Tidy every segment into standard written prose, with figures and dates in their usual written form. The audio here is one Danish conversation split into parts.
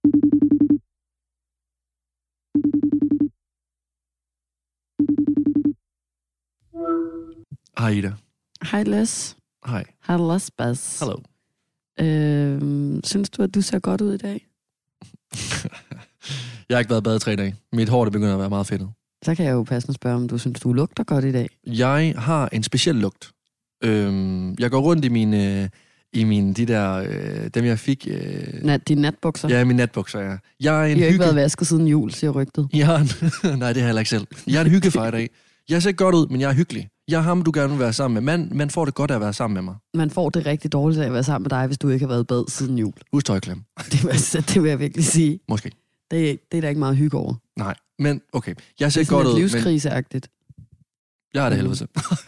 Hej Ida. Hej Les. Hej. Hej Les Bas. Hallo. Synes du, at du ser godt ud i dag? Jeg har ikke været i bad 3 dage. Mit hår det begynder at være meget fedtet. Så kan jeg jo passende spørge, om du synes, du lugter godt i dag. Jeg har en speciel lugt. Jeg går rundt i mine de der, dem jeg fik... Dine natbukser? Ja, mine natbukser, ja. Jeg er en har ikke været vasket siden jul, siger rygtet. Nej, det har jeg heller ikke selv. Jeg er en hyggefar i dag. Jeg ser godt ud, men jeg er hyggelig. Jeg er ham, du gerne vil være sammen med. Man får det godt af at være sammen med mig. Man får det rigtig dårligt af at være sammen med dig, hvis du ikke har været i bad siden jul. Husk tøjklem. Det vil jeg virkelig sige. Måske. Det er der ikke meget hygge over. Nej, men okay. Jeg ser godt ud. Det er sådan livskriseagtigt. Jeg har det helvede.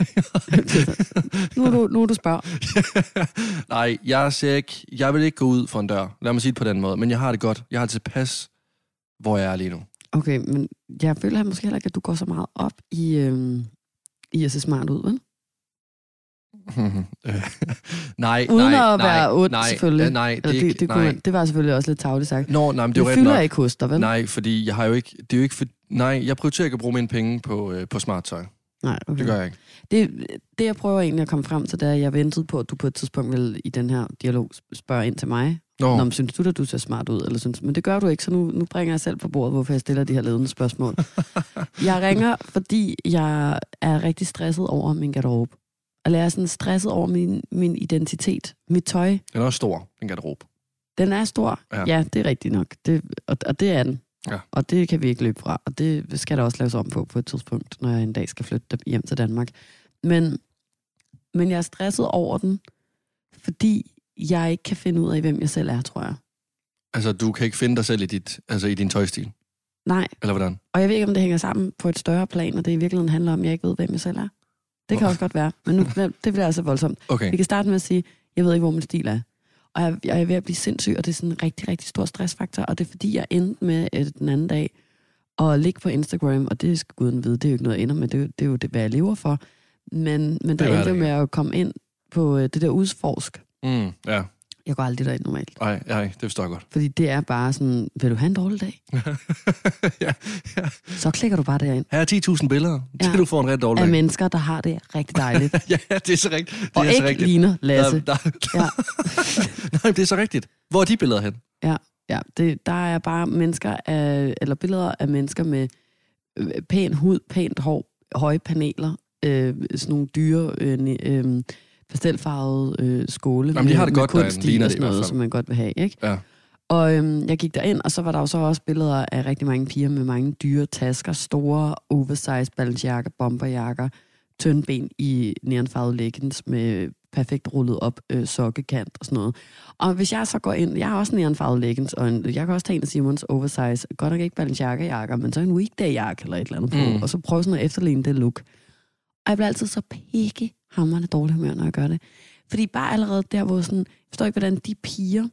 nu du spørger. Nej, jeg vil ikke gå ud for en dør. Lad mig sige det på den måde. Men jeg har det godt. Jeg har det tilpas, hvor jeg er lige nu. Okay, men jeg føler måske heller ikke, at du går så meget op i at se smart ud, vel? Nej, uden nej, at være ondt, nej, selvfølgelig. Nej, det var selvfølgelig også lidt tarveligt sagt. Men det er jo ret fylder nok. ikke hos dig, vel? Nej, fordi jeg har jo ikke... Det er jo ikke for, nej, jeg prioriterer ikke at bruge mine penge på smart tøj. Nej, okay. Det gør jeg ikke. Det, jeg prøver egentlig at komme frem til, det er, at jeg ventede på, at du på et tidspunkt vil i den her dialog spørge ind til mig. Nå, synes du, at du ser smart ud? Eller synes, men det gør du ikke, så nu bringer jeg selv på bordet, hvorfor jeg stiller de her ledende spørgsmål. Jeg ringer, fordi jeg er rigtig stresset over min garderobe. Eller jeg er sådan stresset over min identitet, mit tøj. Den er også stor, den garderobe. Den er stor? Ja, det er rigtigt nok. Og det er den. Ja. Og det kan vi ikke løbe fra. Og det skal der også laves om på et tidspunkt, når jeg en dag skal flytte hjem til Danmark. Men jeg er stresset over den, fordi jeg ikke kan finde ud af, hvem jeg selv er, tror jeg. Altså, du kan ikke finde dig selv i din tøjstil? Nej. Eller hvordan? Og jeg ved ikke, om det hænger sammen på et større plan, og det i virkeligheden handler om, at jeg ikke ved, hvem jeg selv er. Det kan også godt være, men nu, det bliver altså voldsomt. Okay. Vi kan starte med at sige, jeg ved ikke, hvor min stil er. Og jeg er ved at blive sindssyg, og det er sådan en rigtig, rigtig stor stressfaktor, og det er fordi, jeg endte med den anden dag at ligge på Instagram, og det skal guden vide, det er jo ikke noget, jeg ender med, det er jo det, hvad jeg lever for. Men der endte med at komme ind på det der udforsk. Ja. Jeg går aldrig derind normalt. Nej, det forstår jeg godt. Fordi det er bare sådan, vil du have en dårlig dag? ja. Så klikker du bare derind. Her er 10.000 billeder, til du får en rigtig dårlig dag. Af mennesker, der har det rigtig dejligt. Ja, det er så rigtigt. Og ikke rigtigt. Ligner Lasse. Ja. Nej, det er så rigtigt. Hvor er de billeder hen? Ja, der er bare eller billeder af mennesker med pæn hud, pænt hår, høje paneler, sådan nogle dyre, pastelfarvede skåle. Jamen, de har det med godt, kunst der ligner og sådan noget, som man godt vil have, ikke? Ja. Og jeg gik derind, og så var der jo så også billeder af rigtig mange piger med mange dyre tasker, store oversize balenciaga, bomberjakker, tyndben i neonfarvede leggings med perfekt rullet op sokkekant og sådan noget. Og hvis jeg så går ind, jeg har også neonfarvede leggings, og jeg kan også tage en af Simons oversize, godt nok ikke balenciaga-jakker, men så en weekday-jakke eller et eller andet på, og så prøve sådan at efterligne det look. Og jeg bliver altid så hamrende dårlig humør, når jeg gør det. Fordi bare allerede der, hvor sådan, jeg forstår ikke, hvordan de piger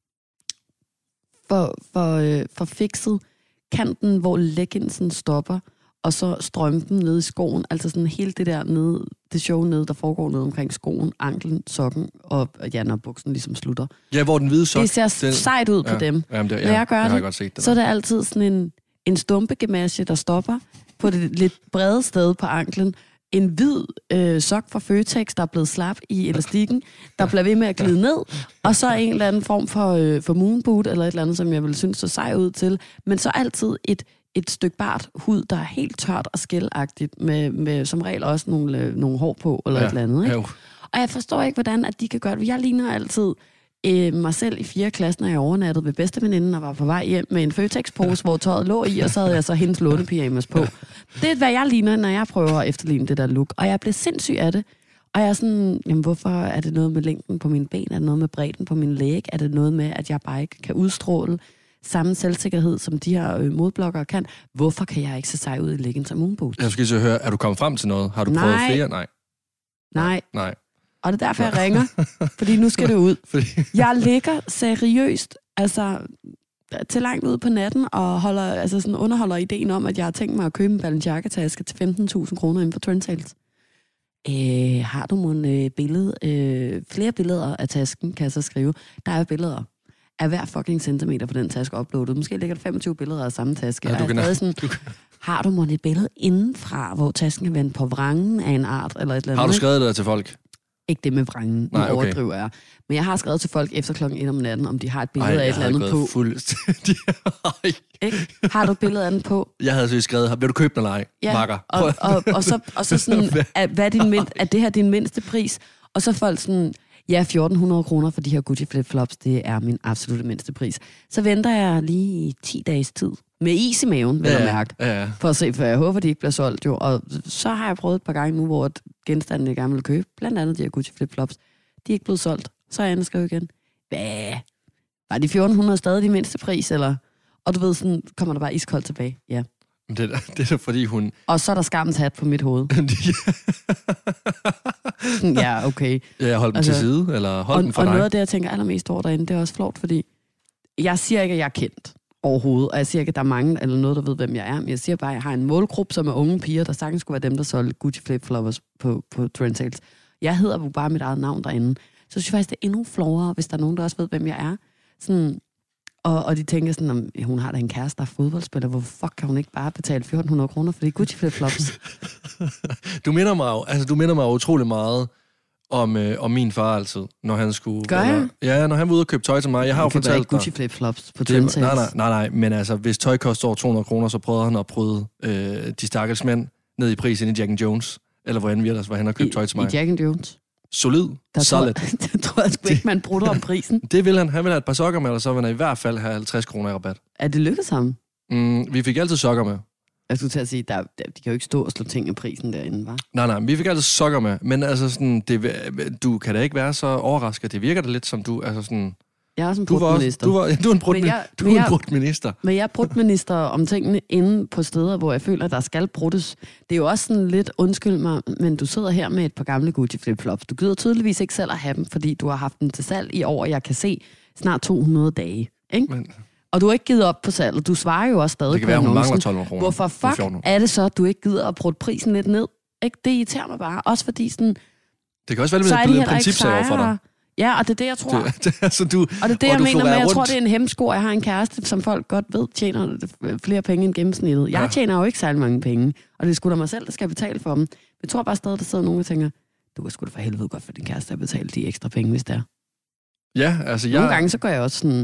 for fikset kanten, hvor leggingsen stopper, og så strømpen nede i skoen, altså sådan hele det der nede, det show nede, der foregår nede omkring skoen, anklen, sokken, og når buksen ligesom slutter. Ja, hvor den hvide sok... Det ser sejt ud på dem. Jamen, når jeg gør det, godt set det, så er det altid sådan en stumpegemasje, der stopper på det lidt brede sted på anklen, en hvid sok fra Føtex, der er blevet slap i elastikken, der bliver ved med at glide ned, og så en eller anden form for moonboot, eller et eller andet, som jeg vil synes så sej ud til, men så altid et stykke bart hud, der er helt tørt og skælagtigt, med som regel også nogle hår på, eller et eller andet. Ikke? Og jeg forstår ikke, hvordan at de kan gøre det. Jeg ligner altid mig selv i 4. klasse, når jeg overnattede ved bedsteveninden og var på vej hjem med en Føtex-pose, hvor tøjet lå i, og så havde jeg så hendes lånepyjamas på. Det er, hvad jeg ligner, når jeg prøver at efterligne det der look. Og jeg blev sindssyg af det. Og jeg er sådan, jamen hvorfor er det noget med længden på mine ben? Er det noget med bredden på min læg? Er det noget med, at jeg bare ikke kan udstråle samme selvsikkerhed, som de her modblokkere kan? Hvorfor kan jeg ikke se sej ud i leggings og moonboots? Jeg skal så høre, er du kommet frem til noget? Har du prøvet flere? Nej. Og det er derfor, jeg ringer. Fordi nu skal det ud. Jeg ligger seriøst, altså til langt ud på natten, og underholder ideen om, at jeg har tænkt mig at købe en Balenciaga-taske til 15.000 kroner inden for Trendsales. Har du flere billeder af tasken, kan jeg så skrive. Der er billeder er hver fucking centimeter på den taske uploadet. Måske ligger der 25 billeder af samme taske. Ja, har du måske et billede indenfra, hvor tasken er vendt på vrangen af en art, eller et eller andet? Har du skrevet det der til folk? Ikke det med vrangen, nu overdriver jeg. Men jeg har skrevet til folk efter klokken 1 om natten, om de har et billede af et eller andet på. Fuldstændig. Har du et billede af den på? Jeg havde så skrevet, vil du købe den eller ej? Ja, Makker. og så sådan, er det her din mindste pris? Og så folk sådan, ja, 1.400 kroner for de her Gucci flip-flops, det er min absolutte mindste pris. Så venter jeg lige i 10 dages tid, med is i maven, vil jeg mærke, for at se, for jeg håber, de ikke bliver solgt jo. Og så har jeg prøvet et par gange nu, hvor genstanden, jeg gerne vil købe, blandt andet de her Gucci flip-flops, de er ikke blevet solgt. Så er jeg skrevet igen. Hvad? Var de 1.400 stadig de mindste pris, eller? Og du ved, sådan kommer der bare iskoldt tilbage. Ja. Det er da fordi hun... Og så er der skammens hat på mit hoved. Ja, okay. Ja, hold den til side, eller hold den for dig. Og noget af det, jeg tænker allermest over derinde, det er også flot, fordi jeg siger ikke, at jeg er kendt overhovedet, og jeg siger ikke, at der er mange eller noget, der ved, hvem jeg er, men jeg siger bare, at jeg har en målgruppe, som er unge piger, der sagtens skulle være dem, der solgte Gucci flip-floppers på Trend Sales. Jeg hedder jo bare mit eget navn derinde. Så synes jeg faktisk, det er endnu florere, hvis der er nogen, der også ved, hvem jeg er. Sådan, og de tænker sådan, om hun har da en kæreste, der er fodboldspiller. Hvorfor fuck kan hun ikke bare betale 1.400 kroner for de Gucci flip-flops? Du minder mig utrolig meget om min far altid, når han skulle... Gør jeg? Ja, når han var ude og købe tøj til mig. Jeg har jo fortalt dig... Gucci flip-flops på Trend Sales. Nej, men altså, hvis tøj koster over 200 kroner, så prøvede han at prøve de stakkels mænd ned i prisen i Jack & Jones. Eller hvordan vi ellers var hen og købte tøj til mig. I Jack & Jones? Solid. Solid. Jeg tror sgu ikke, man bruger om prisen. Det vil han. Han vil have et par sokker med, eller så vil han i hvert fald have 50 kroner i rabat. Er det lykkedes ham? Vi fik altid sokker med. Jeg skulle til at sige, de kan jo ikke stå og slå ting af prisen derinde, hva'? Nej, vi fik altid sokker med. Men altså sådan, du kan da ikke være så overrasket. Det virker da lidt som du, altså sådan... Jeg er også en brudt minister. Du er en brudt minister. Men jeg er brudt minister om tingene inde på steder, hvor jeg føler, at der skal bruttes. Det er jo også sådan lidt, undskyld mig, men du sidder her med et par gamle Gucci flip-flops. Du gider tydeligvis ikke selv at have dem, fordi du har haft dem til salg i år, jeg kan se, snart 200 dage. Ikke? Men... Og du har ikke givet op på salget. Du svarer jo også stadig det kan være, hun mangler 12 kroner. Hvorfor fuck er det så, at du ikke gider at bruge prisen lidt ned? Ikke? Det irriterer mig bare. Også fordi sådan... Det kan også være, at det er blevet en principsag for dig. Ja, og det er det, jeg tror. Og det er det, jeg mener med, jeg tror, det er en hemsko. Jeg har en kæreste, som folk godt ved, tjener flere penge end gennemsnittet. Jeg tjener jo ikke særlig mange penge, og det er sgu da mig selv, der skal betale for dem. Jeg tror bare stadig, der sidder nogen og tænker, du kan sgu da for helvede godt for din kæreste at betale de ekstra penge, hvis det er. Ja, altså Nogle gange, så gør jeg også sådan,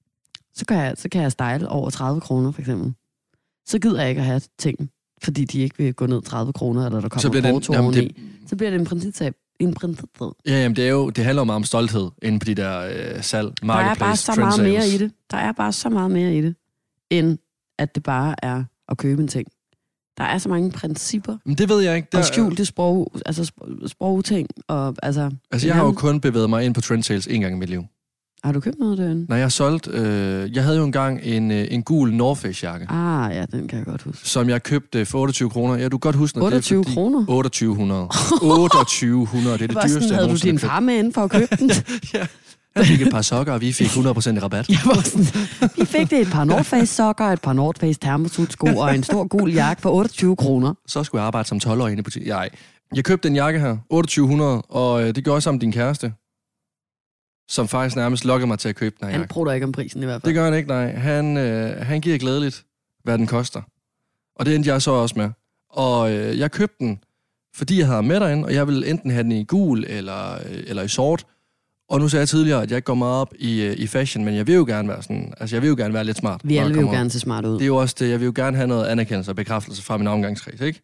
så kan jeg style over 30 kroner, for eksempel. Så gider jeg ikke at have ting, fordi de ikke vil gå ned 30 kroner, eller der kommer porto oveni. Så bliver det en principsag. Ja, jamen det handler jo meget om stolthed inde på de der salg, marketplace, der er bare så meget mere i det. Der er bare så meget mere i det, end at det bare er at købe en ting. Der er så mange principper. Men det ved jeg ikke. Og skjulte sprogting. Altså jeg har jo kun bevæget mig ind på Trend Sales en gang i mit liv. Har du købt noget derinde? Nej, jeg har solgt... jeg havde jo engang en gul North Face jakke. Ah, ja, den kan jeg godt huske. Som jeg købte for 28 kroner. Ja, du kan godt huske, når 28 kroner? 2800. 2800, det er det dyreste, jeg havde du din far med inden for at købe den? Ja, han fik et par sokker, og vi fik 100% i rabat. Vi fik det et par North Face sokker, et par North Face termosudsko og en stor gul jakke for 28 kroner. Så skulle jeg arbejde som 12-årig inde i butikken. Jeg købte den jakke her, 2800, og det gjorde jeg sammen med din kæreste. Som faktisk nærmest lokkede mig til at købe den her jakke. Han bruger ikke om prisen i hvert fald. Det gør han ikke, nej. Han giver glædeligt, hvad den koster. Og det endte jeg så også med. Og jeg købte den, fordi jeg havde med derinde, og jeg ville enten have den i gul eller i sort. Og nu sagde jeg tidligere, at jeg ikke går meget op i fashion, men jeg vil jo gerne være sådan, altså jeg vil jo gerne være lidt smart. Vi alle vil jo gerne se smart ud. Det er jo også det, jeg vil jo gerne have noget anerkendelse og bekræftelse fra min omgangskreds, ikke?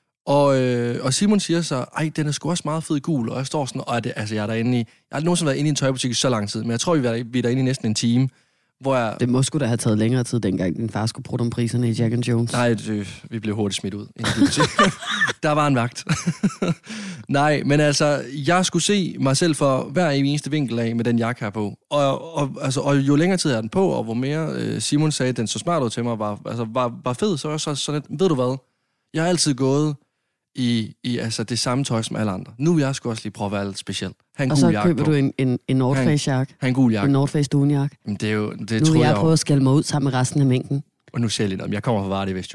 Og Simon siger så, ej, den er sgu også meget fed i gul, og jeg står sådan, jeg er derinde i, jeg har aldrig nogensinde været inde i en tøjbutik i så lang tid, men jeg tror, vi er derinde i næsten en time, hvor jeg... Det må sgu da have taget længere tid, dengang din far skulle bruge om priserne i Jack & Jones. Nej, vi blev hurtigt smidt ud. Der var en vagt. Nej, men altså, jeg skulle se mig selv for hver eneste vinkel af med den jakke her på. Og jo længere tid er den på, og hvor mere Simon sagde, den så smart ud til mig, var fed, så var jeg sådan lidt, ved du hvad? Jeg har altid gået i altså det samme tøj som alle andre. Nu vil jeg sgu også lige prøve at være lidt speciel. Og så køber du en North Face jakke. En gul jakke. En North Face dunjakke. Det er jo, det nu vil jeg prøve at skælde mig ud sammen med resten af mængden. Og nu ser jeg lidt om, jeg kommer fra Varde i Vestjylland.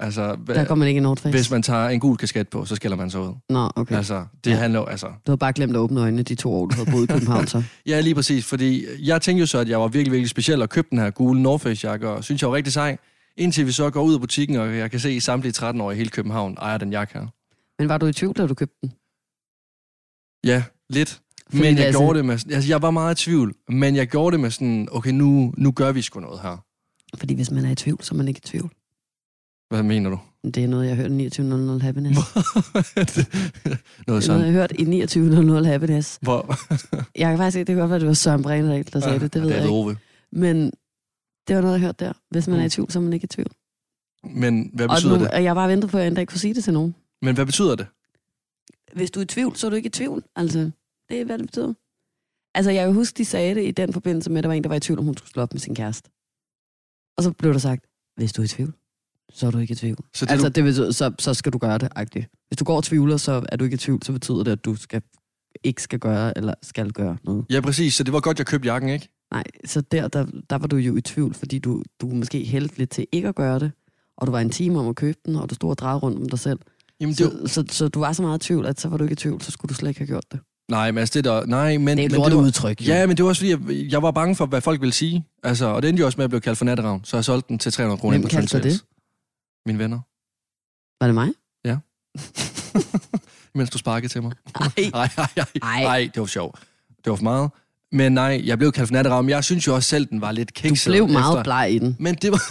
Altså, Der går man ikke i North Face. hvis man tager en gul kasket på, så skælder man sig ud. Nå, okay. Altså, det handler jo, altså... Du har bare glemt at åbne øjnene de 2 år, du havde boet i København, så. Ja, lige præcis, fordi jeg tænkte jo så, at jeg var virkelig, virkelig speciel og købte den her gule North Face-jakke, og synes jeg var rigtig sej, indtil vi så går ud af butikken, og jeg kan se, at samtlige 13-årige i hele København ejer den jakke her. Men var du i tvivl, da du købte den? Ja, lidt. Fordi Men jeg altså- gjorde det med... Altså, jeg var meget i tvivl, men jeg gjorde det med sådan, okay, nu gør vi sgu noget her. Fordi hvis man er i tvivl, så er man ikke i tvivl. Hvad mener du? Det er noget, jeg har hørt i 2900 Happiness. Noget Det er noget, sådan. jeg har hørt i 2900 Happiness. Hvor... Jeg kan faktisk ikke, det kan godt være, det var Søren Brindahl, der sagde det ved jeg ikke. Ove. Men det var noget, jeg hørte der. Hvis man er i tvivl, så er man ikke i tvivl. Men hvad betyder det? Og jeg bare ventede på, at jeg en dag kunne sige det til nogen. Men hvad betyder det? Hvis du er i tvivl, så er du ikke i tvivl. Altså, det er, hvad det betyder. Altså, jeg kan huske, de sagde det i den forbindelse med, at der var en, der var i tvivl, om hun skulle slå op med sin kæreste. Og så blev der sagt, hvis du er i tvivl, så er du ikke i tvivl. Så det, Altså, det betyder, så skal du gøre det, agtigt. Hvis du går og tvivler, så er du ikke i tvivl, så betyder det, at du ikke skal gøre, eller skal gøre noget. Ja, præcis. Så det var godt, jeg købte jakken, ikke? Nej, så der var du jo i tvivl, fordi du måske hældte lidt til ikke at gøre det, og du var en time om at købe den, og du stod og drejede rundt om dig selv. Jamen, det... Så du var så meget i tvivl, at så var du ikke i tvivl, så skulle du slet ikke have gjort det. Nej, men altså det der... Nej, men... Det er et men lortet var... udtryk. Ja, men det var også fordi, jeg var bange for, hvad folk ville sige. Altså, og det endte jo også med at blive kaldt for natteravn, så jeg solgte den til 300 kroner. Hvem kaldte dig det? Mine venner. Var det mig? Ja. Mens du sparkede til mig. Ej. Nej, det var sjovt. Det var for meget. Men nej, jeg blev kaldt for natteravn, men jeg synes jo også selv, den var lidt kikset. Du blev meget bleg i den. Men det var...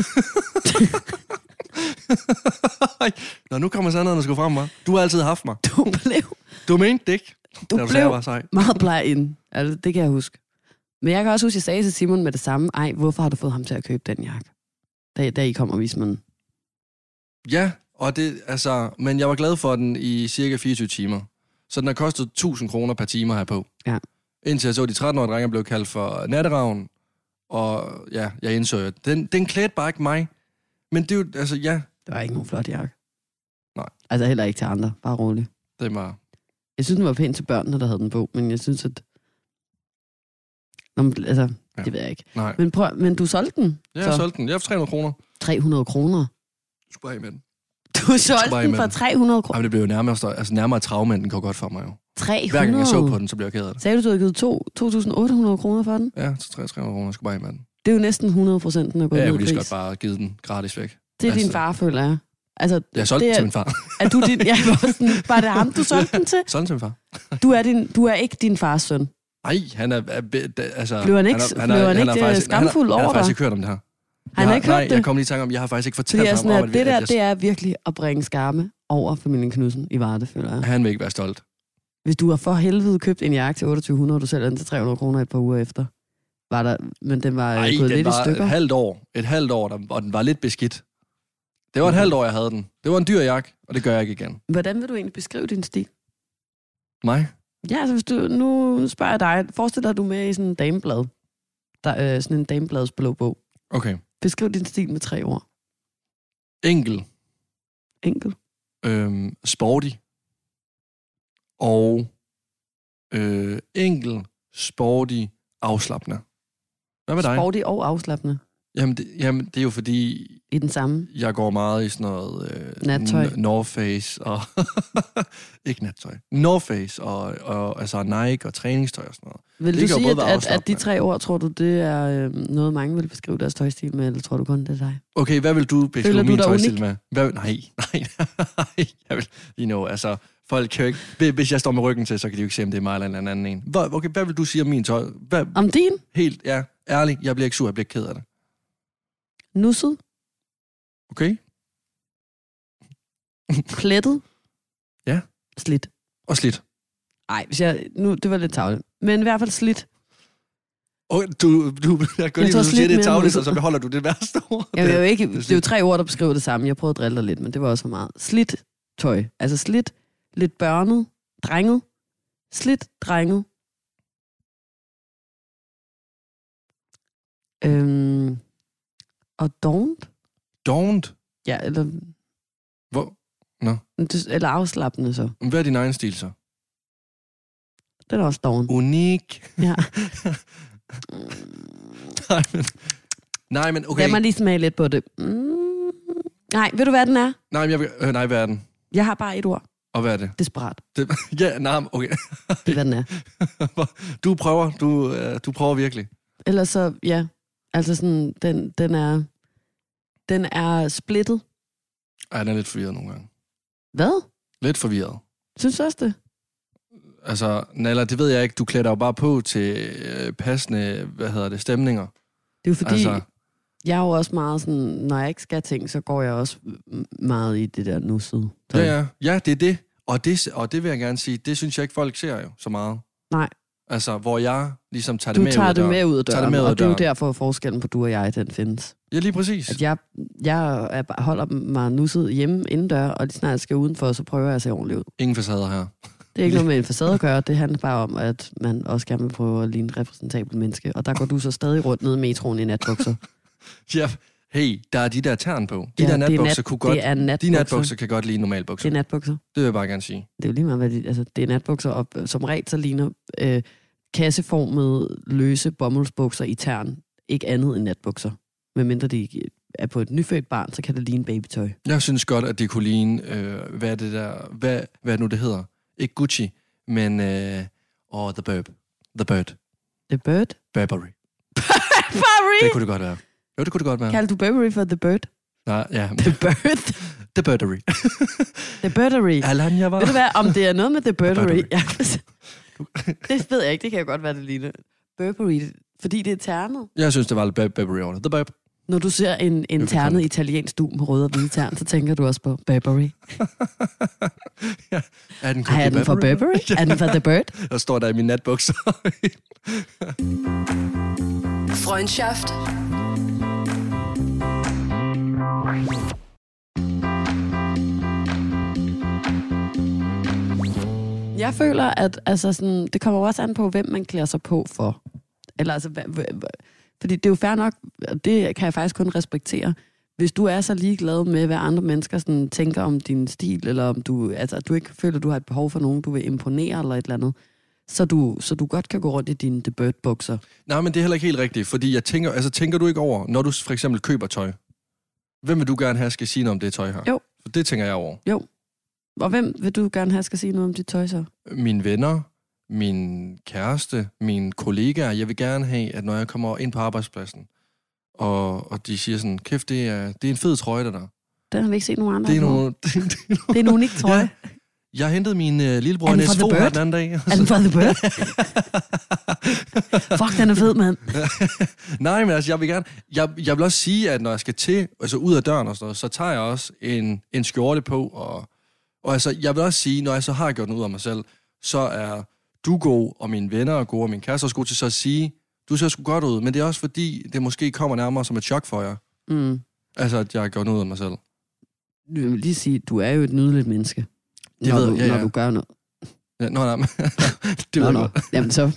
Nå, nu kommer sandheden sgu frem, hva'? Du har altid haft mig. Du mente det ikke? Du da blev sagde, var sej. meget bleg i den. Altså, det kan jeg huske. Men jeg kan også huske, at jeg sagde til Simon med det samme, hvorfor har du fået ham til at købe den jakke? Da I kom og viste mig den. Ja, og det, altså... Men jeg var glad for den i cirka 24 timer. Så den har kostet 1000 kroner per time her på. Ja. Indtil jeg så, de 13-årige drenge blev kaldt for natteravn. Og ja, jeg indså jo, den klædte bare ikke mig. Men det er jo, altså ja... Det var ikke nogen flot jakke. Nej. Altså heller ikke til andre. Bare roligt. Det var... Jeg synes, den var pæn til børnene, der havde den på. Men jeg synes, at... Altså, Ja. det ved jeg ikke. Nej. Men du solgte den? Ja, jeg solgte den. Jeg har 300 kroner. 300 kroner? Du skulle bare af med den. Du solgte den for 300 kroner? Jamen, det blev jo nærmere traume, end den går godt for mig jo. 300? Hver gang jeg så på den, så blev jeg ked af det. Sagde du, du havde givet 2.800 kroner for den? Ja, 300 kroner. Jeg skulle bare af med den. Det er jo næsten 100%, den er gået Ja, ned jeg i kunne lige så pris. godt bare give den gratis væk. Det er din far, føler jeg. Altså, Jeg solgte den til min far. Er du din... Ja, var det ham, du solgte den til? Solgte til min far. Du er ikke din fars søn. Nej, han er... Altså, Blev han ikke skamfuld over dig? Jeg har faktisk dig? ikke hørt om det her. Han har ikke hørt nej, det? jeg kom lige i tanke om, jeg har faktisk ikke Fordi fortalt jeg er ham sådan, om, at det der, det er virkelig at bringe skamme over familien Knudsen i Varde, føler jeg. Han vil ikke være stolt. Hvis du har for helvede købt en jakke til 2800, og du sælger den til 300 kroner et par uger efter, var der, men den var Nej, gået den lidt i var stykker. et halvt år, og den var lidt beskidt. Det var et halvt år, jeg havde den. Det var en dyr jakke, og det gør jeg ikke igen. Hvordan vil du egentlig beskrive din stil? Mig? Ja, altså hvis du, nu spørger jeg dig. Forestil dig, at du er med i sådan en dameblad. Sådan en damebladets blå bog. Okay. Beskriv din stil med 3 ord. Enkel. Enkel. Sporty. Og enkel, sporty, afslappende. Hvad med dig? Sporty og afslappende. Jamen, det er jo fordi, I den samme. jeg går meget i sådan noget... Nattøj. North Face og... ikke nattøj. North Face og altså Nike og træningstøj og sådan noget. Vil Det du kan jo sige, både være at de afslappende. 3 ord, tror du, det er noget, mange vil beskrive deres tøjstil med, eller tror du kun, det er dig? Okay, hvad vil du beskrive Føler du min dig tøjstil unik? med? Nej. Jeg vil, altså, folk kan jo ikke... Hvis jeg står med ryggen til, så kan de jo ikke se, om det er mig eller en anden en. Okay, hvad vil du sige om min tøj? Om din? Helt, ja, ærligt. Jeg bliver ikke sur, jeg bliver ikke ked af det. Nusset? Okay? Plettet? Ja. Slidt? Og slidt. Nej, det var lidt tavligt. Men i hvert fald slidt. Okay, jeg går lige, tror hvis du siger, slidt det er mere tavligt, nusset. så beholder du det værste ord. Jeg vil jo ikke, det er jo 3 ord, der beskriver det samme. Jeg prøvede at drille dig lidt, men det var også for meget. Slidt tøj. Altså slidt, lidt børnet, drenget. Slidt, drenget. Og don't? Don't? Ja, eller, Hvor? Nå. eller afslappende så. Hvad er din egen stil så? Den er også doven. Unik. Ja. Nej, men okay. Lad mig lige smage lidt på det. Nej, ved du, hvad den er? Nej, men nej, hvad er den? Jeg har bare et ord. Og hvad er det? Desperat. Ja, nej, okay. Det er, hvad den er. Du prøver virkelig. Ellers så, ja. Altså sådan, den er splittet. Ej, den er lidt forvirret nogle gange. Hvad? Lidt forvirret. Synes du også det? Altså, Nalla, det ved jeg ikke. Du klæder jo bare på til passende, stemninger. Det er jo fordi, jeg er jo også meget sådan, når jeg ikke skal ting, så går jeg også meget i det der nussede. Ja, det er det. Og det vil jeg gerne sige, det synes jeg ikke, folk ser jo så meget. Nej. Altså, hvor jeg ligesom tager det med ud af døren. Du tager det med ud af døren, og det er jo derfor forskellen på du og jeg, den findes. Ja, lige præcis. At jeg holder mig nusset hjemme indendør, og lige snart jeg skal udenfor, så prøver jeg at se ordentligt ud. Ingen facader her. Det er ikke noget med en facade at gøre, det handler bare om, at man også gerne vil prøve at ligne et repræsentabelt menneske, og der går du så stadig rundt ned i metroen i natbukser. Ja, hey, der er de der tern på. De der natbukser kunne godt... De natbukser kan godt lide normalbukser. Det er natbukser. Det vil jeg bare gerne sige. Det er jo lige meget, hvad det er natbukser, og som regel så ligner kasseformede løse bomuldsbukser i tern ikke andet end natbukser. Medmindre de er på et nyfødt barn, så kan det ligne babytøj. Jeg synes godt, at det kunne ligne, hvad er det der... Hvad nu det hedder? Ikke Gucci, men... The Bird. The Bird. The Bird? Burberry. Burberry? Det kunne det godt være. Jo, det kunne det godt være. Kalder du Burberry for The Bird? Nej, ja. The Bird? The Birdery. The Birdery. Alanya var... Ved du hvad, om det er noget med The Birdery? Ja, det ved jeg ikke, det kan jo godt være, det ligner. Burberry, fordi det er ternet. Jeg synes, det var lidt Burberry over det. The Burb. Når du ser en ternet italiensk du med røde og hvide tern, så tænker du også på Burberry. Ja. Er den for Burberry? Er den for The Bird? Der står der i min natbukser. Freundschaft. Jeg føler, at altså sådan, det kommer også an på, hvem man klæder sig på for. Eller altså, fordi det er jo fair nok, og det kan jeg faktisk kun respektere. Hvis du er så ligeglad med, hvad andre mennesker sådan, tænker om din stil, eller om du ikke føler, at du har et behov for nogen, du vil imponere eller et eller andet, så du godt kan gå rundt i dine The Bird-bukser. Nej, men det er heller ikke helt rigtigt, fordi jeg tænker du ikke over, når du for eksempel køber tøj, hvem vil du gerne have, skal sige noget om det tøj her? Jo. For det tænker jeg over. Jo. Og hvem vil du gerne have, skal sige noget om dit tøj så? Mine venner, min kæreste, mine kollegaer. Jeg vil gerne have, at når jeg kommer ind på arbejdspladsen, og de siger sådan, kæft, det er en fed trøje, der. Den har vi ikke set nogen andre. Det er en unik trøje. Ja. Jeg hentede min lillebror i SFO her den anden dag. Er den for The Bird? Fuck, den er fed, mand. Nej, men altså, jeg vil også sige, at når jeg skal ud af døren og sådan noget, så tager jeg også en skjorte på, og altså, jeg vil også sige, når jeg så har gjort noget ud af mig selv, så er du god, og mine venner er gode, og min kæreste er også god til så at sige, du ser sgu godt ud, men det er også fordi, det måske kommer nærmere som et chok for jer. Mm. Altså, at jeg har gjort noget ud af mig selv. Jeg vil lige sige, du er jo et nydeligt menneske. Når du gør noget. Ja, nej. Det ved jeg godt. Jamen så.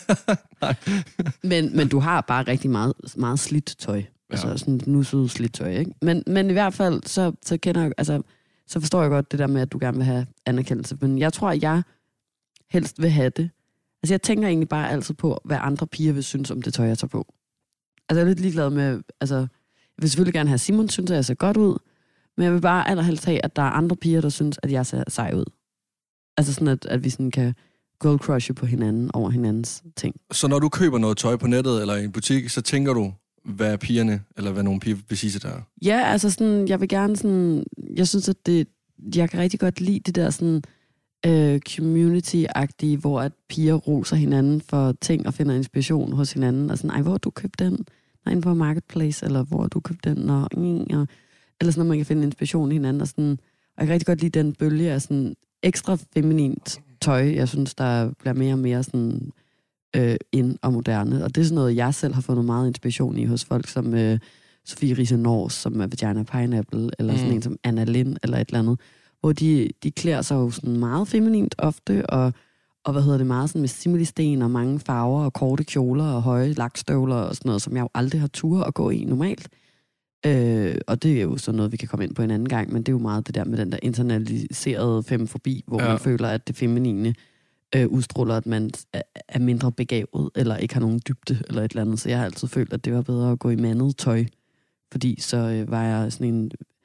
men du har bare rigtig meget, meget slidt tøj. Ja. Altså sådan nusset slidt tøj, ikke? Men i hvert fald, så kender jeg, altså, så forstår jeg godt det der med, at du gerne vil have anerkendelse. Men jeg tror, at jeg helst vil have det. Altså, jeg tænker egentlig bare altid på, hvad andre piger vil synes om det tøj, jeg tager på. Altså, jeg er lidt ligeglad med, altså, jeg vil selvfølgelig gerne have, Simon synes, at jeg ser godt ud, men jeg vil bare allerhelst have, at der er andre piger, der synes, at jeg ser sej ud. Altså sådan, at vi sådan kan girl crushe på hinanden over hinandens ting. Så når du køber noget tøj på nettet eller i en butik, så tænker du, hvad pigerne, eller hvad nogle piger vil sige til dig? Ja, altså sådan, jeg vil gerne sådan, jeg synes, at jeg kan rigtig godt lide det der sådan community-agtige, hvor at piger roser hinanden for ting og finder inspiration hos hinanden, og sådan, ej, hvor har du købt den? Nej, inde på Marketplace, eller hvor har du købt den? Eller sådan, at man kan finde inspiration i hinanden, og sådan, og jeg kan rigtig godt lide den bølge af sådan ekstra feminint tøj, jeg synes, der bliver mere og mere sådan ind og moderne, og det er sådan noget, jeg selv har fundet meget inspiration i hos folk som Sofie Riise Nors, som er Vagina Pineapple, eller sådan en som Anna Lind, eller et eller andet, hvor de klæder sig jo sådan meget feminint ofte, og meget sådan med similisten og mange farver og korte kjoler og høje lakstøvler og sådan noget, som jeg jo aldrig har tur at gå i normalt. Og det er jo sådan noget, vi kan komme ind på en anden gang, men det er jo meget det der med den der internaliserede femfobi, hvor man føler, at det feminine udstråler, at man er mindre begavet, eller ikke har nogen dybde, eller et eller andet. Så jeg har altid følt, at det var bedre at gå i mandet tøj, fordi så var jeg sådan en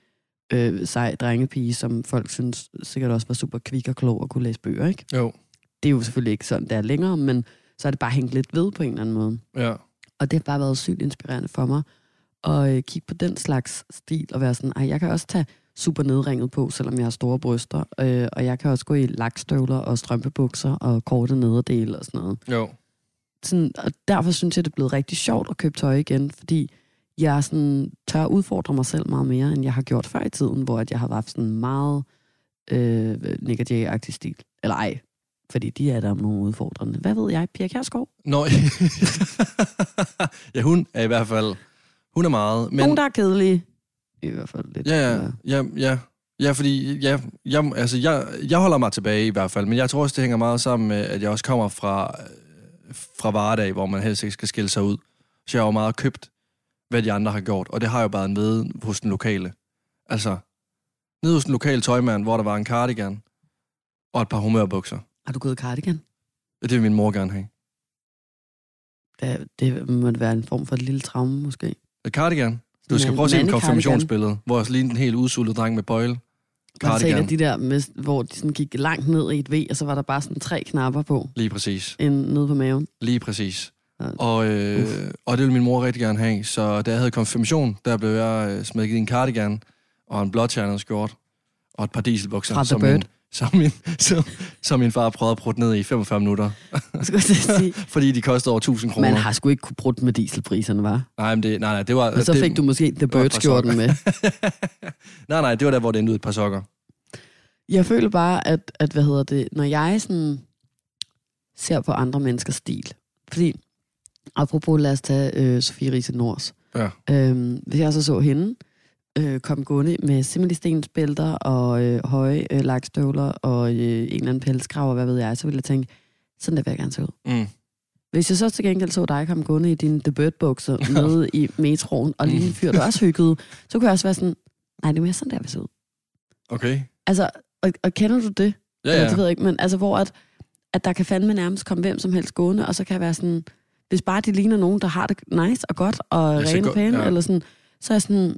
sej drengepige, som folk synes sikkert også var super kvik og klog og kunne læse bøger, ikke? Jo. Det er jo selvfølgelig ikke sådan, det er længere, men så er det bare hængt lidt ved på en eller anden måde. Ja. Og det har bare været sygt inspirerende for mig at kigge på den slags stil og være sådan, jeg kan også tage super nedringet på, selvom jeg har store bryster, og jeg kan også gå i lakstøvler og strømpebukser og korte nederdele og sådan noget. Jo. Sådan, og derfor synes jeg, det er blevet rigtig sjovt at købe tøj igen, fordi jeg sådan, tør udfordre mig selv meget mere, end jeg har gjort før i tiden, hvor jeg har haft sådan meget Nick og Jay-agtig stil. Eller ej, fordi de er der nogle udfordrende. Hvad ved jeg? Pia Kjærsgaard? Nå, ja, hun er i hvert fald... Hun er meget, men... Nogen, der er kedelige. I hvert fald lidt. Ja, fordi jeg holder mig tilbage i hvert fald, men jeg tror også, det hænger meget sammen med, at jeg også kommer fra Vardag, hvor man helst ikke skal skille sig ud. Så jeg har jo meget købt, hvad de andre har gjort, og det har jo bare nede hos den lokale. Altså, nede hos den lokale tøjmand, hvor der var en cardigan og et par humørbukser. Har du gået i cardigan? Det vil min mor gerne have. Det må være en form for et lille traume, måske. Et cardigan? Du skal prøve at se en konfirmationsbillede, hvor jeg lignede en helt udsultet dreng med bøjle. Var det af de der, hvor de sådan gik langt ned i et V, og så var der bare sådan 3 knapper på? Lige præcis. Nede på maven? Lige præcis. Og det ville min mor rigtig gerne have. Så da jeg havde konfirmation, der blev jeg smidt i en cardigan og en blåtjernet skjort og et par dieselbukser. Fra The Bird? Som min far prøvede at prutte ned i 45 minutter. Fordi de kostede over 1.000 kroner. Man har sgu ikke kunne prutte med dieselpriserne, var? Nej, det var... Og så fik du måske The Bird-skjorten med. nej, det var der, hvor det endte ud et par sokker. Jeg føler bare, at når jeg sådan ser på andre menneskers stil, fordi, apropos, lad os tage Sofie Riise Nors. Ja. Hvis jeg så hende, kom gående med simmelistensbælter og høje lakstøvler og en eller anden pelskrav og hvad ved jeg, så ville jeg tænke, sådan der vil jeg gerne se ud. Mm. Hvis jeg så til gengæld så dig komme gående i dine The Bird-bukser nede i metroen, og lige en fyr, der også hyggede, så kunne jeg også være sådan, nej, det er mere sådan der vil se ud. Okay. Altså, og kender du det? Ja. Eller, det ved jeg ikke, men altså, hvor at der kan fandme nærmest komme hvem som helst gående, og så kan jeg være sådan, hvis bare de ligner nogen, der har det nice og godt, og rene og pæne, eller sådan, så er jeg sådan,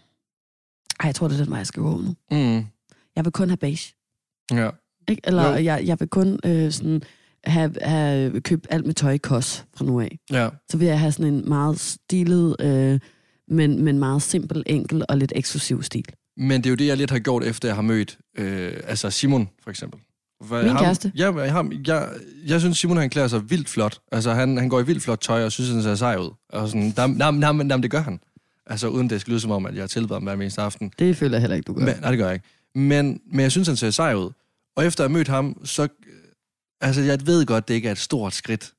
jeg tror, det er den vej, jeg skal gå nu. Mm. Jeg vil kun have beige. Ja. Ikke? Eller jeg vil kun sådan have købt alt med tøj i KOS fra nu af. Ja. Så vil jeg have sådan en meget stilet, men meget simpel, enkel og lidt eksklusiv stil. Men det er jo det, jeg lidt har gjort, efter jeg har mødt Simon, for eksempel. Min kæreste? Jeg synes, Simon han klæder sig vildt flot. Altså, han går i vildt flot tøj, og synes, han ser sej ud. Og sådan, det gør han. Altså, uden det skal lyde som om, at jeg har tilbedt ham hver eneste aften. Det føler jeg heller ikke, du gør. Nej, det gør jeg ikke. Men jeg synes, han ser sej ud. Og efter at have mødt ham, så... Altså, jeg ved godt, det ikke er et stort skridt.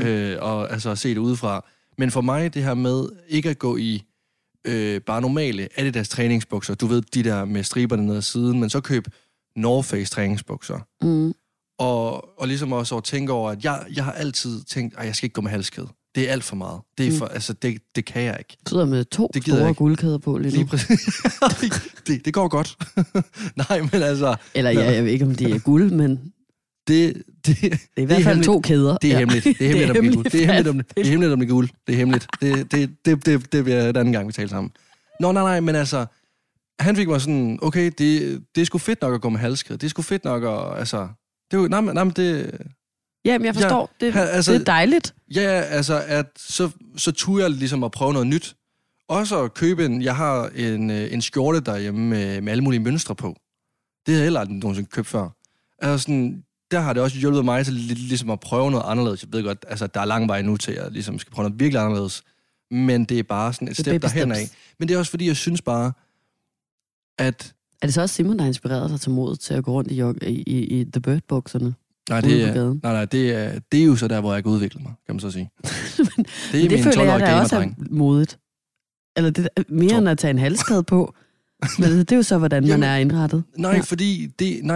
At se det udefra. Men for mig, det her med ikke at gå i bare normale Adidas træningsbukser. Du ved, de der med striberne ned ad siden. Men så køb North Face træningsbukser. Mm. Og ligesom også at tænke over, at jeg har altid tænkt, at jeg skal ikke gå med halskæde. Det er alt for meget. Det er for, det kan jeg ikke. Du sidder med 2 store guldkæder på lige nu. Lige præcis. det går godt. Nej, men altså... Eller jeg ved ikke, om det er guld, men... Det er i hvert fald 2 kæder. Det er hemmeligt. Det er hemmeligt, om det er guld. Det er hemmeligt, om det er guld. Det er hemmeligt. Det bliver den anden gang, vi taler sammen. Nej, men altså... Han fik mig sådan, okay, det er sgu fedt nok at gå med halskæde. Det er sgu fedt nok at... Altså... Det er jo... Nej, men det... Jamen, jeg forstår. Det er dejligt. Ja, altså, at så turde jeg ligesom at prøve noget nyt. Også at købe jeg har en skjorte derhjemme med alle mulige mønstre på. Det har jeg heller aldrig nogensinde købt før. Altså sådan, der har det også hjulpet mig til ligesom at prøve noget anderledes. Jeg ved godt, altså, der er lang vej nu til, at jeg ligesom skal prøve noget virkelig anderledes. Men det er bare sådan et step derhen af. Men det er også fordi, jeg synes bare, at... Er det så også Simon, der har inspireret dig til modet til at gå rundt i The Bird-bukserne? Nej, det er jo så der, hvor jeg kan udvikle mig, kan man så sige. det føler jeg, der også er modigt. Eller det mere end at tage en halskæde på. Men det er jo så, hvordan man er indrettet. Nej, fordi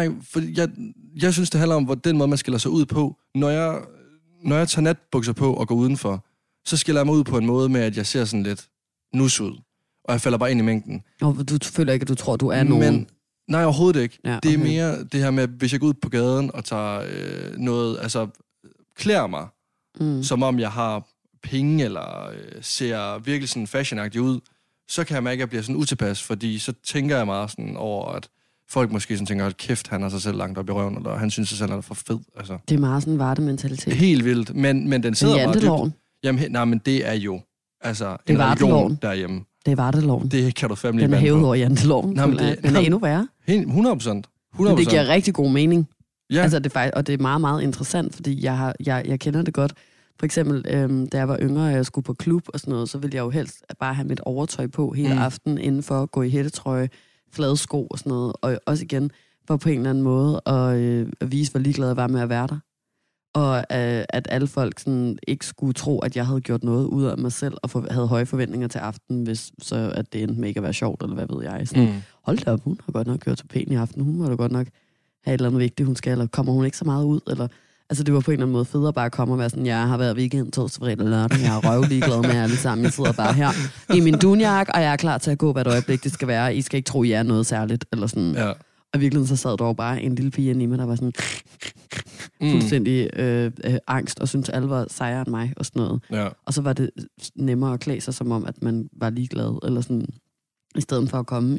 jeg synes, det handler om, den måde, man skiller sig ud på. Når jeg tager natbukser på og går udenfor, så skiller jeg mig ud på en måde med, at jeg ser sådan lidt nus ud. Og jeg falder bare ind i mængden. Og du føler ikke, at du tror, du er nogen... Nej, overhovedet ikke. Ja, okay. Det er mere det her med, hvis jeg går ud på gaden og tager noget, altså klæder mig, som om jeg har penge, eller ser virkelig sådan fashionagtig ud, så kan jeg mærke, at jeg bliver sådan utilpas, fordi så tænker jeg meget sådan over, at folk måske sådan tænker, hold kæft, han har sig selv langt op i røven, eller han synes sig selv, han er for fed. Altså. Det er meget sådan en vartementalitet. Helt vildt, men den sidder bare dybt. Jamen, nej, men det er jo altså det en religion derhjemme. Det er varteloven. Det kan du fandme den er hævet over janteloven. Den er endnu værre. 100%. Men det giver rigtig god mening. Ja. Altså, det er faktisk, og det er meget, meget interessant, fordi jeg kender det godt. For eksempel, da jeg var yngre, og jeg skulle på klub og sådan noget, så ville jeg jo helst bare have mit overtøj på hele aftenen, inden for at gå i hættetrøje, flade sko og sådan noget. Og også igen, for på en eller anden måde at vise, hvor ligeglad jeg var med at være der. Og at alle folk sådan ikke skulle tro, at jeg havde gjort noget ud af mig selv, og havde høje forventninger til aftenen, hvis så at det endte med ikke at være sjovt, eller hvad ved jeg. Sådan, hold da op, hun har godt nok gjort til pæn i aften, hun må da godt nok have et eller andet vigtigt, hun skal, eller kommer hun ikke så meget ud, eller... Altså, det var på en eller anden måde federe bare at komme og være sådan, jeg har været weekend, torsdag, fredag, lørdag, jeg er røvligeglad med alle sammen, jeg sidder bare her i min dunjak, og jeg er klar til at gå, hvad det øjeblik det skal være, I skal ikke tro, I er noget særligt, eller sådan. Ja. Og virkelig så sad der jo bare en lille pige inde i mig, der var sådan fuldstændig angst, og syntes, alle var sejere end mig, og sådan noget. Ja. Og så var det nemmere at klæde sig, som om, at man var ligeglad, eller sådan, i stedet for at komme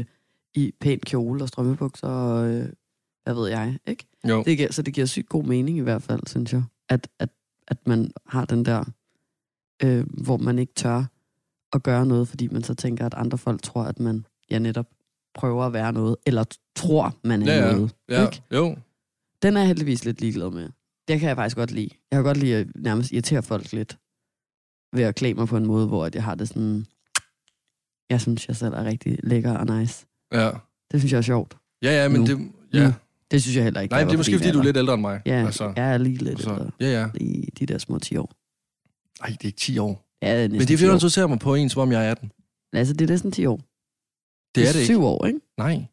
i pæn kjole og strømmebukser, og hvad ved jeg, ikke? Jo. Så det giver sygt god mening i hvert fald, synes jeg, at man har den der, hvor man ikke tør at gøre noget, fordi man så tænker, at andre folk tror, at man netop prøver at være noget, eller tror, man er noget. Ja, ikke? Jo. Den er jeg heldigvis lidt ligeglad med. Det kan jeg faktisk godt lide. Jeg kan godt lide at nærmest irritere folk lidt, ved at klæde mig på en måde, hvor jeg har det sådan, jeg synes, jeg selv er rigtig lækker og nice. Ja. Det synes jeg er sjovt. Ja, men det... Ja. Det synes jeg heller ikke. Nej, det er måske, fordi du er lidt ældre end mig. Ja, altså, jeg er lige lidt ældre. Ja. I de der små 10 år. Nej, det er ikke 10 år. Ja, det er men det er fordi, du interesserer mig på en, som om jeg er 18. Altså, det er næsten 10 år. Det er det ikke. 7 år, ikke? Nej.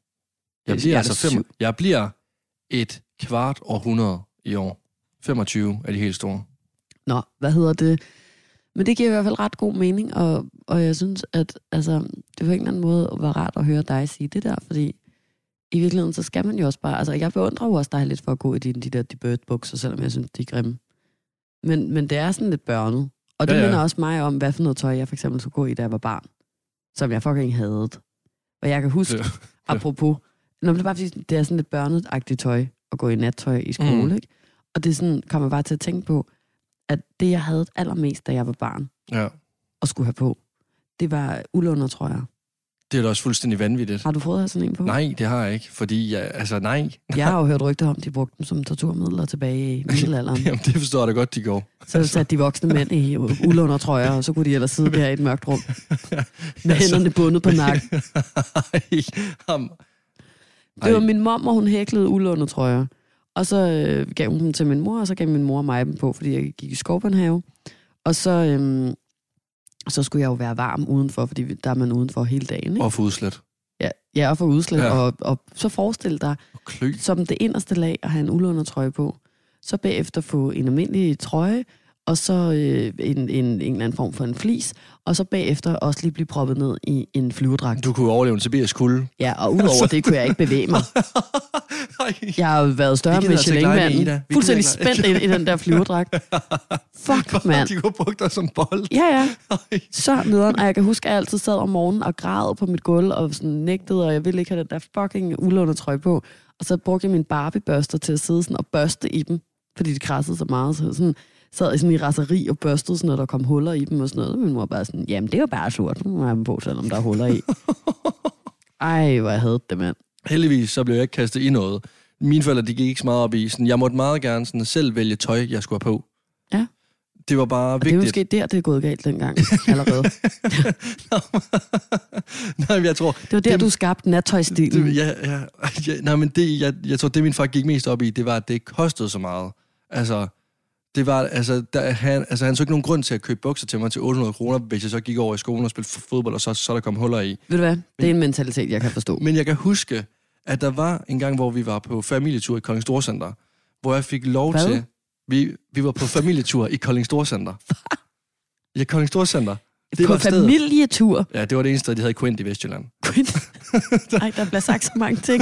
Jeg bliver et kvart århundrede i år. 25 er de helt store. Nå, hvad hedder det? Men det giver i hvert fald ret god mening, og jeg synes, at altså, det på en eller anden måde var rart at høre dig sige det der, fordi i virkeligheden, så skal man jo også bare... Altså, jeg beundrer jo også dig lidt for at gå i de der Bird-bukser, selvom jeg synes, de er grimme. Men det er sådan lidt børnet. Og det minder også mig om, hvad for noget tøj, jeg for eksempel skulle gå i, da jeg var barn. Som jeg fucking hadede. Og jeg kan huske, apropos... Når det er bare fordi, det er sådan lidt børnet-agtigt tøj, at gå i nattøj i skole, ikke? Og det er sådan, kommer bare til at tænke på, at det, jeg havde allermest, da jeg var barn, og skulle have på, det var uldundertrøjer. Det er da også fuldstændig vanvittigt. Har du fået sådan en på? Nej, det har jeg ikke, fordi nej. Jeg har jo hørt rygter om, at de brugte dem som torturmidler tilbage i middelalderen. Jamen, det forstår jeg da godt, de går. Så satte de voksne mænd i uldundertrøjer, og så kunne de ellers sidde der i et mørkt rum. Med hænderne bundet på nakken. Det var min mor, hun hæklede uldundertrøjer. Og så gav hun dem til min mor, og så gav min mor og mig dem på, fordi jeg gik i skovbørnehave. Og så skulle jeg jo være varm udenfor, fordi der er man udenfor hele dagen. Ikke? Og for udslæt. Ja, og for udslæt. Ja. Og så forestil dig, som det inderste lag at have en uldundertrøje på. Så bagefter få en almindelig trøje, og så en eller anden form for en flis, og så bagefter også lige blive proppet ned i en flyverdragt. Du kunne overleve en sibirisk kulde. Ja, og udover det kunne jeg ikke bevæge mig. Jeg har været større med Michelin-manden. Fuldstændig spændt i den der flyverdragt. Fuck, mand. De kunne bruge dig som bold. Ja. Så nederen. Og jeg kan huske, at jeg altid sad om morgenen og græd på mit gulv, og sådan nægtede, og jeg ville ikke have den der fucking uldundertrøje på. Og så brugte jeg min Barbie-børster til at sidde sådan og børste i dem, fordi de krassede så meget. Så sådan sad i sådan i raseri og børstede sådan noget, der kom huller i dem og sådan noget. Og min mor bare sådan, jamen det er jo bare surt, nu må jeg have dem på, selvom der er huller i. Ej, hvor jeg havde det, mand. Heldigvis, så blev jeg ikke kastet i noget. Mine forældre, de gik ikke så meget op i. Sådan, jeg måtte meget gerne sådan, selv vælge tøj, jeg skulle have på. Ja. Det var bare vigtigt. Det er måske der, det er gået galt dengang allerede. Nej, jeg tror... Det var der, du skabte nattøjstilen. Nej, men jeg tror, det min far gik mest op i, det var, at det kostede så meget. Altså... Det var, han så ikke nogen grund til at købe bukser til mig til 800 kroner, hvis jeg så gik over i skolen og spillede fodbold, og så der kom huller i. Ved du hvad? Det er en mentalitet, jeg kan forstå. Men jeg kan huske, at der var en gang, hvor vi var på familietur i Kolding Storcenter, hvor jeg fik lov til... Vi var på familietur i Kolding Storcenter. Ja, Kolding Storcenter. På familietur? Ja, det var det eneste, de havde i Quint i Vestjylland. Nej, der bliver sagt så mange ting.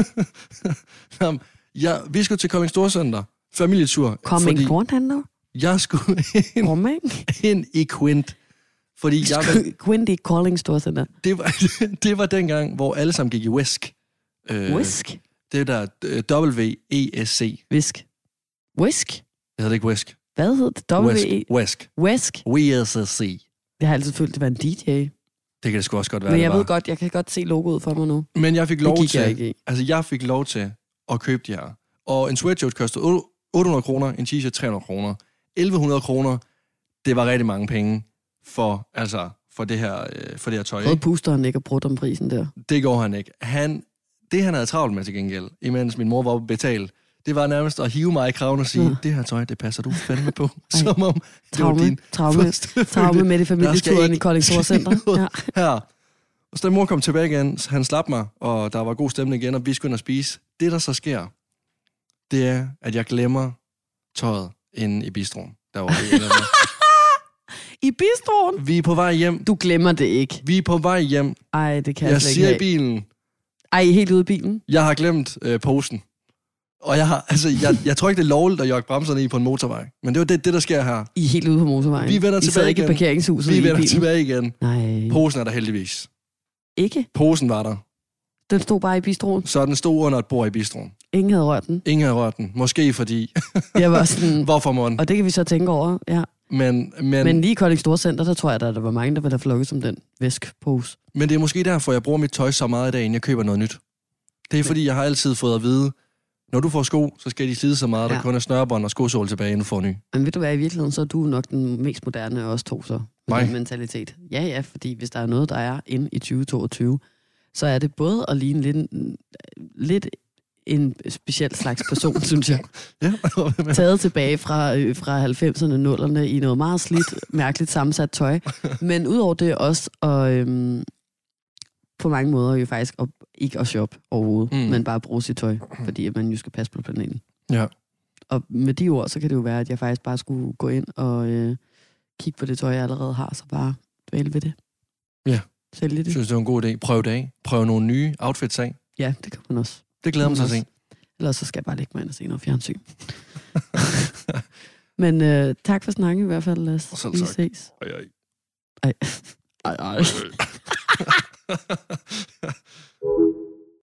Vi skulle til Kolding Storcenter. Familietur. Kom en kornhandler? Jeg skulle ind i Quint, Fordi Quindy Calling Storcenter. det var dengang, hvor alle sammen gik i Whisk. Whisk? Det der W-E-S-C. Whisk. Whisk? Det hedder det ikke Whisk. Hvad hed det? Whisk. Whisk? W-E-S-C. Jeg har altid følt, det var en DJ. Det kan det sgu også godt være, men jeg kan godt se logoet for mig nu. Men jeg fik lov til at købe de her. Og en sweatshirt kostede 800 kroner, en t-shirt 300 kroner. 1100 kroner, det var rigtig mange penge for det her tøj. Prøvede pusteren ikke at bruge om prisen der? Det går han ikke. Det han havde travlt med til gengæld, imens min mor var betalt, det var nærmest at hive mig i kraven og sige, det her tøj, det passer du fandme på. Som om det var din traume med det familieturen i Kolding Storcenter. Ja. Her. Og så da mor kom tilbage igen, han slap mig, og der var god stemning igen, og vi skulle ind og spise. Det, der så sker, det er, at jeg glemmer tøjet inde i bistroen. Der var I bistroen? Vi er på vej hjem. Du glemmer det ikke. Vi er på vej hjem. Ej, det kan jeg slet ikke. Jeg siger i bilen. Ej, helt ude i bilen? Jeg har glemt posen. Og jeg tror ikke, det er lovligt at jogge bremserne i på en motorvej. Men det var det der sker her. I er helt ude på motorvejen? Vi vender tilbage ikke igen. I parkeringshuset Vi vender tilbage igen. Nej. Posen er der heldigvis. Ikke? Posen var der. Den stod bare i bistroen? Så den stod under et bord i bistroen. Ingen havde rørt den? Ingen havde rørt den. Måske fordi... Jeg var sådan... Hvorfor mon? Og det kan vi så tænke over, ja. Men lige i Kolding Storcenter, der tror jeg, der var mange, der ville have flukket som den væskpose. Men det er måske derfor, jeg bruger mit tøj så meget i dag, inden jeg køber noget nyt. Det er fordi, jeg har altid fået at vide, når du får sko, så skal de slide så meget, der kun er snørebånd og skosål tilbage, inden du får ny. Men ved du hvad, i virkeligheden, så er du nok den mest moderne af os to så. Med den mentalitet. Ja, fordi hvis der er noget, der er inde i 2022, så er det både at ligne lidt en speciel slags person, synes jeg. Ja. Taget tilbage fra 90'erne, 0'erne i noget meget slidt, mærkeligt sammensat tøj. Men udover det også på mange måder jo faktisk ikke at shoppe overhovedet, men bare bruge sit tøj, fordi man jo skal passe på planeten. Ja. Og med de ord, så kan det jo være, at jeg faktisk bare skulle gå ind og kigge på det tøj, jeg allerede har, så bare dvæle ved det. Ja. Sælge det. Jeg synes, det var en god idé. Prøv det af. Prøv nogle nye outfits af. Ja, det kan man også. Det glæder mig til at se. Ellers så skal jeg bare lægge mig ind og se noget fjernsyn. Men tak for snakken i hvert fald, Lasse. Vi ses. Ej. Ej.